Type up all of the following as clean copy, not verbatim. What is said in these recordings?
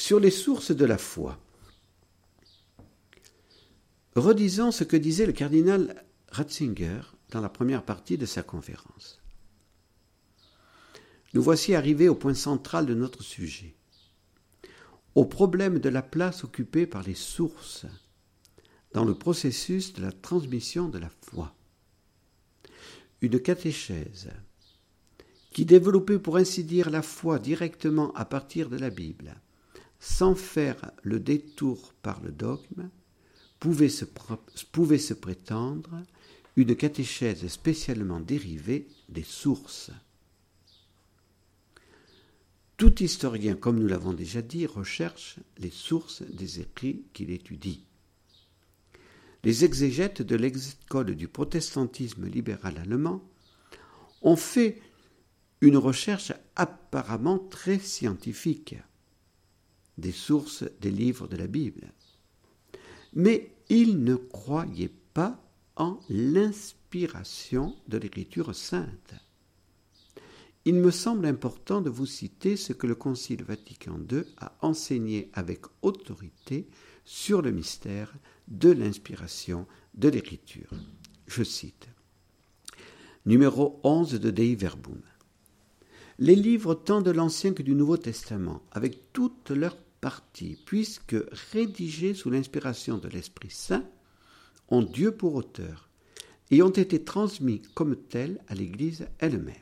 Sur les sources de la foi. Redisons ce que disait le cardinal Ratzinger dans la première partie de sa conférence. Nous voici arrivés au point central de notre sujet, au problème de la place occupée par les sources dans le processus de la transmission de la foi. Une catéchèse qui développait pour ainsi dire la foi directement à partir de la Bible, sans faire le détour par le dogme, pouvait se prétendre une catéchèse spécialement dérivée des sources. Tout historien, comme nous l'avons déjà dit, recherche les sources des écrits qu'il étudie. Les exégètes de l'école du protestantisme libéral allemand ont fait une recherche apparemment très scientifique des sources des livres de la Bible. Mais ils ne croyaient pas en l'inspiration de l'Écriture sainte. Il me semble important de vous citer ce que le Concile Vatican II a enseigné avec autorité sur le mystère de l'inspiration de l'Écriture. Je cite. Numéro 11 de Dei Verbum. Les livres tant de l'Ancien que du Nouveau Testament, avec toutes leurs parties, puisque rédigés sous l'inspiration de l'Esprit Saint, ont Dieu pour auteur et ont été transmis comme tels à l'Église elle-même.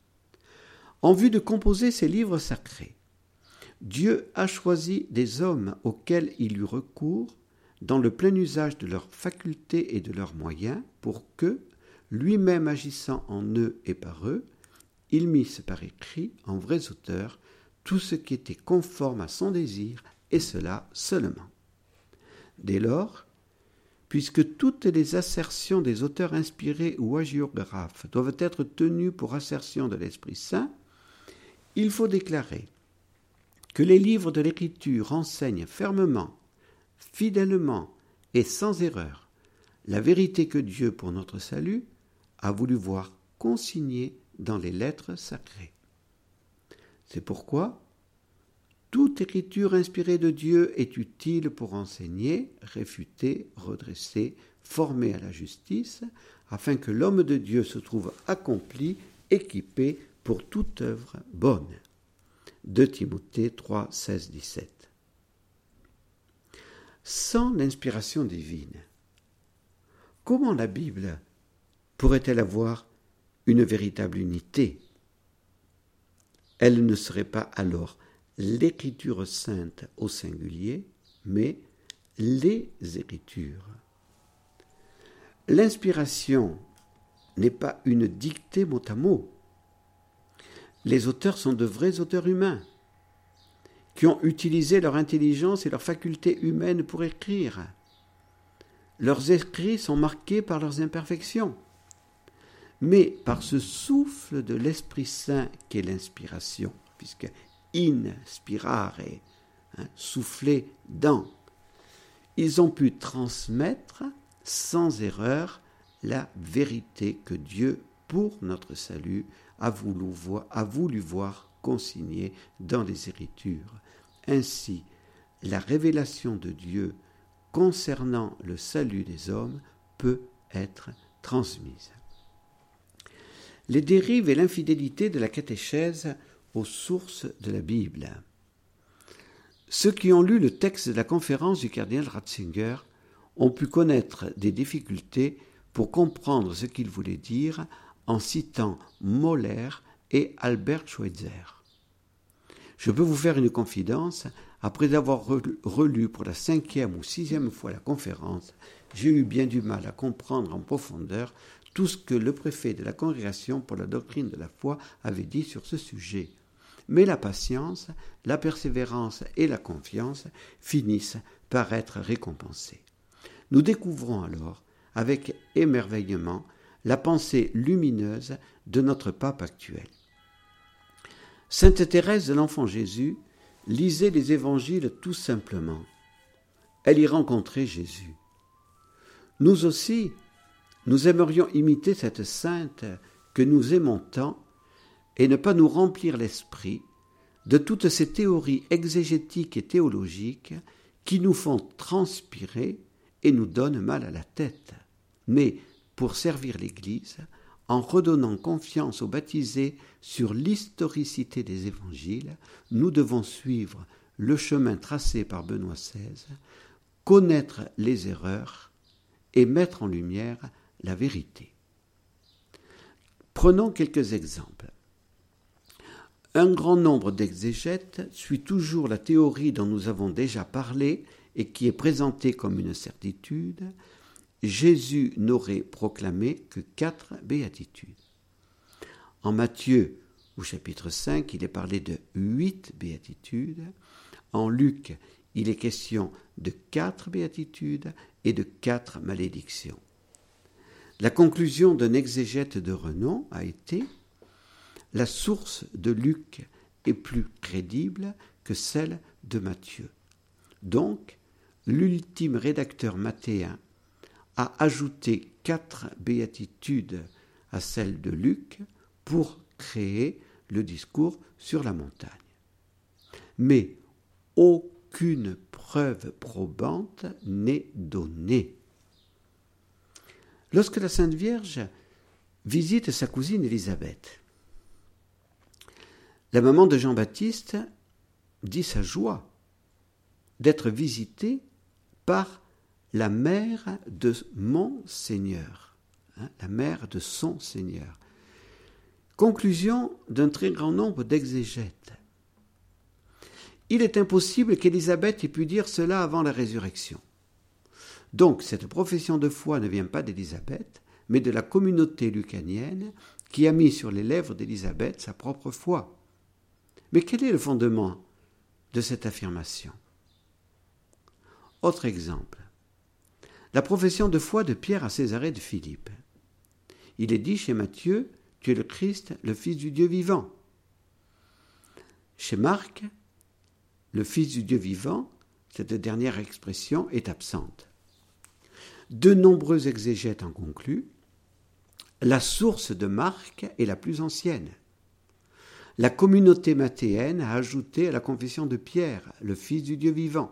En vue de composer ces livres sacrés, Dieu a choisi des hommes auxquels il eut recours dans le plein usage de leurs facultés et de leurs moyens pour que, lui-même agissant en eux et par eux, il misse par écrit, en vrais auteurs, tout ce qui était conforme à son désir, et cela seulement. Dès lors, puisque toutes les assertions des auteurs inspirés ou hagiographes doivent être tenues pour assertion de l'Esprit Saint, il faut déclarer que les livres de l'Écriture enseignent fermement, fidèlement et sans erreur la vérité que Dieu, pour notre salut, a voulu voir consignée dans les lettres sacrées. C'est pourquoi toute écriture inspirée de Dieu est utile pour enseigner, réfuter, redresser, former à la justice, afin que l'homme de Dieu se trouve accompli, équipé pour toute œuvre bonne. 2 Timothée 3, 16, 17. Sans l'inspiration divine, comment la Bible pourrait-elle avoir une véritable unité? Elle ne serait pas alors l'Écriture sainte au singulier, mais les Écritures. L'inspiration n'est pas une dictée mot à mot. Les auteurs sont de vrais auteurs humains, qui ont utilisé leur intelligence et leur faculté humaine pour écrire. Leurs écrits sont marqués par leurs imperfections, mais par ce souffle de l'Esprit Saint qu'est l'inspiration, puisque inspirare, souffler dans, ils ont pu transmettre sans erreur la vérité que Dieu, pour notre salut, a voulu voir consignée dans les Écritures. Ainsi, la révélation de Dieu concernant le salut des hommes peut être transmise. Les dérives et l'infidélité de la catéchèse aux sources de la Bible. Ceux qui ont lu le texte de la conférence du cardinal Ratzinger ont pu connaître des difficultés pour comprendre ce qu'il voulait dire en citant Moller et Albert Schweitzer. Je peux vous faire une confidence, après avoir relu pour la 5e ou 6e fois la conférence, j'ai eu bien du mal à comprendre en profondeur tout ce que le préfet de la Congrégation pour la doctrine de la foi avait dit sur ce sujet. Mais la patience, la persévérance et la confiance finissent par être récompensées. Nous découvrons alors, avec émerveillement, la pensée lumineuse de notre pape actuel. Sainte Thérèse de l'Enfant Jésus lisait les évangiles tout simplement. Elle y rencontrait Jésus. Nous aussi, nous aimerions imiter cette sainte que nous aimons tant et ne pas nous remplir l'esprit de toutes ces théories exégétiques et théologiques qui nous font transpirer et nous donnent mal à la tête. Mais pour servir l'Église, en redonnant confiance aux baptisés sur l'historicité des évangiles, nous devons suivre le chemin tracé par Benoît XVI, connaître les erreurs et mettre en lumière la vérité. Prenons quelques exemples. Un grand nombre d'exégètes suit toujours la théorie dont nous avons déjà parlé et qui est présentée comme une certitude. Jésus n'aurait proclamé que 4 béatitudes. En Matthieu, au chapitre 5, il est parlé de 8 béatitudes. En Luc, il est question de 4 béatitudes et de 4 malédictions. La conclusion d'un exégète de renom a été « La source de Luc est plus crédible que celle de Matthieu ». Donc, l'ultime rédacteur mathéen a ajouté 4 béatitudes à celle de Luc pour créer le discours sur la montagne. Mais aucune preuve probante n'est donnée. Lorsque la Sainte Vierge visite sa cousine Élisabeth, la maman de Jean-Baptiste dit sa joie d'être visitée par la mère de mon Seigneur, la mère de son Seigneur. Conclusion d'un très grand nombre d'exégètes. Il est impossible qu'Élisabeth ait pu dire cela avant la résurrection. Donc, cette profession de foi ne vient pas d'Élisabeth, mais de la communauté lucanienne qui a mis sur les lèvres d'Élisabeth sa propre foi. Mais quel est le fondement de cette affirmation ? Autre exemple. La profession de foi de Pierre à Césarée de Philippe. Il est dit chez Matthieu, « Tu es le Christ, le Fils du Dieu vivant ». Chez Marc, le Fils du Dieu vivant, cette dernière expression est absente. De nombreux exégètes en concluent, la source de Marc est la plus ancienne. La communauté mathéenne a ajouté à la confession de Pierre, le Fils du Dieu vivant.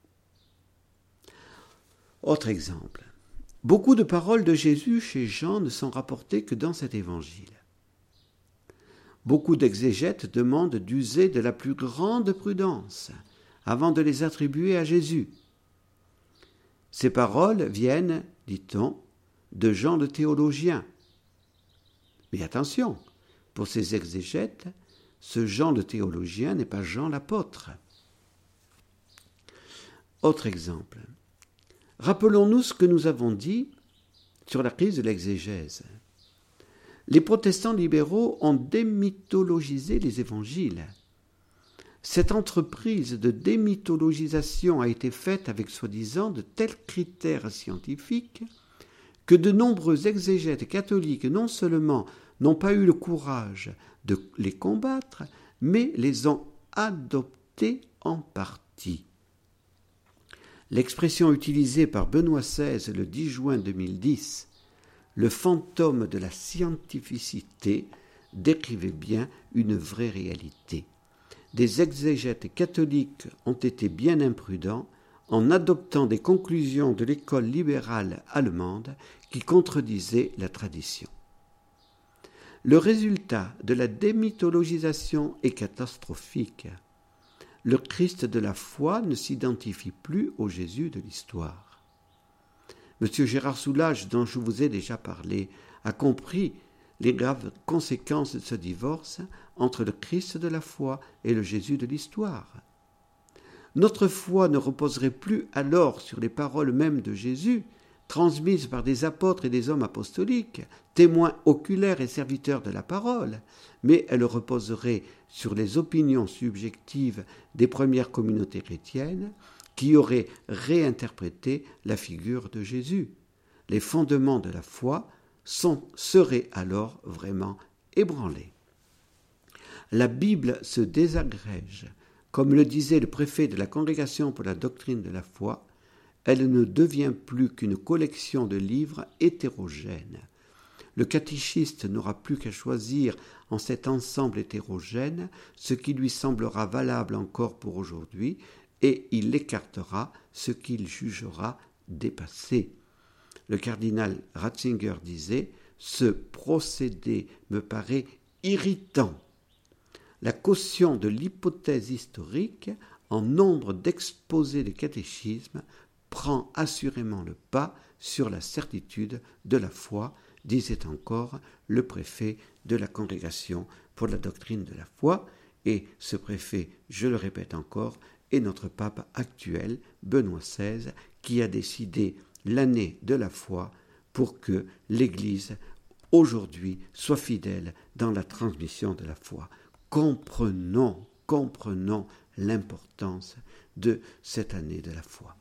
Autre exemple. Beaucoup de paroles de Jésus chez Jean ne sont rapportées que dans cet évangile. Beaucoup d'exégètes demandent d'user de la plus grande prudence avant de les attribuer à Jésus. Ces paroles viennent, dit-on, de Jean le théologien. Mais attention, pour ces exégètes, ce Jean le théologien n'est pas Jean l'apôtre. Autre exemple. Rappelons-nous ce que nous avons dit sur la crise de l'exégèse. Les protestants libéraux ont démythologisé les évangiles. Cette entreprise de démythologisation a été faite avec soi-disant de tels critères scientifiques que de nombreux exégètes catholiques non seulement n'ont pas eu le courage de les combattre, mais les ont adoptés en partie. L'expression utilisée par Benoît XVI le 10 juin 2010, le fantôme de la scientificité, décrivait bien une vraie réalité. Des exégètes catholiques ont été bien imprudents en adoptant des conclusions de l'école libérale allemande qui contredisaient la tradition. Le résultat de la démythologisation est catastrophique. Le Christ de la foi ne s'identifie plus au Jésus de l'histoire. M. Gérard Soulages, dont je vous ai déjà parlé, a compris les graves conséquences de ce divorce entre le Christ de la foi et le Jésus de l'histoire. Notre foi ne reposerait plus alors sur les paroles mêmes de Jésus, transmises par des apôtres et des hommes apostoliques, témoins oculaires et serviteurs de la parole, mais elle reposerait sur les opinions subjectives des premières communautés chrétiennes qui auraient réinterprété la figure de Jésus. Les fondements de la foi seraient alors vraiment ébranlés. La Bible se désagrège, comme le disait le préfet de la Congrégation pour la doctrine de la foi. Elle ne devient plus qu'une collection de livres hétérogènes. Le catéchiste n'aura plus qu'à choisir en cet ensemble hétérogène ce qui lui semblera valable encore pour aujourd'hui, et il écartera ce qu'il jugera dépassé. Le cardinal Ratzinger disait « Ce procédé me paraît irritant. La caution de l'hypothèse historique en nombre d'exposés de catéchisme prend assurément le pas sur la certitude de la foi », disait encore le préfet de la Congrégation pour la doctrine de la foi, et ce préfet, je le répète encore, est notre pape actuel, Benoît XVI, qui a décidé l'année de la foi pour que l'Église, aujourd'hui, soit fidèle dans la transmission de la foi. Comprenons l'importance de cette année de la foi.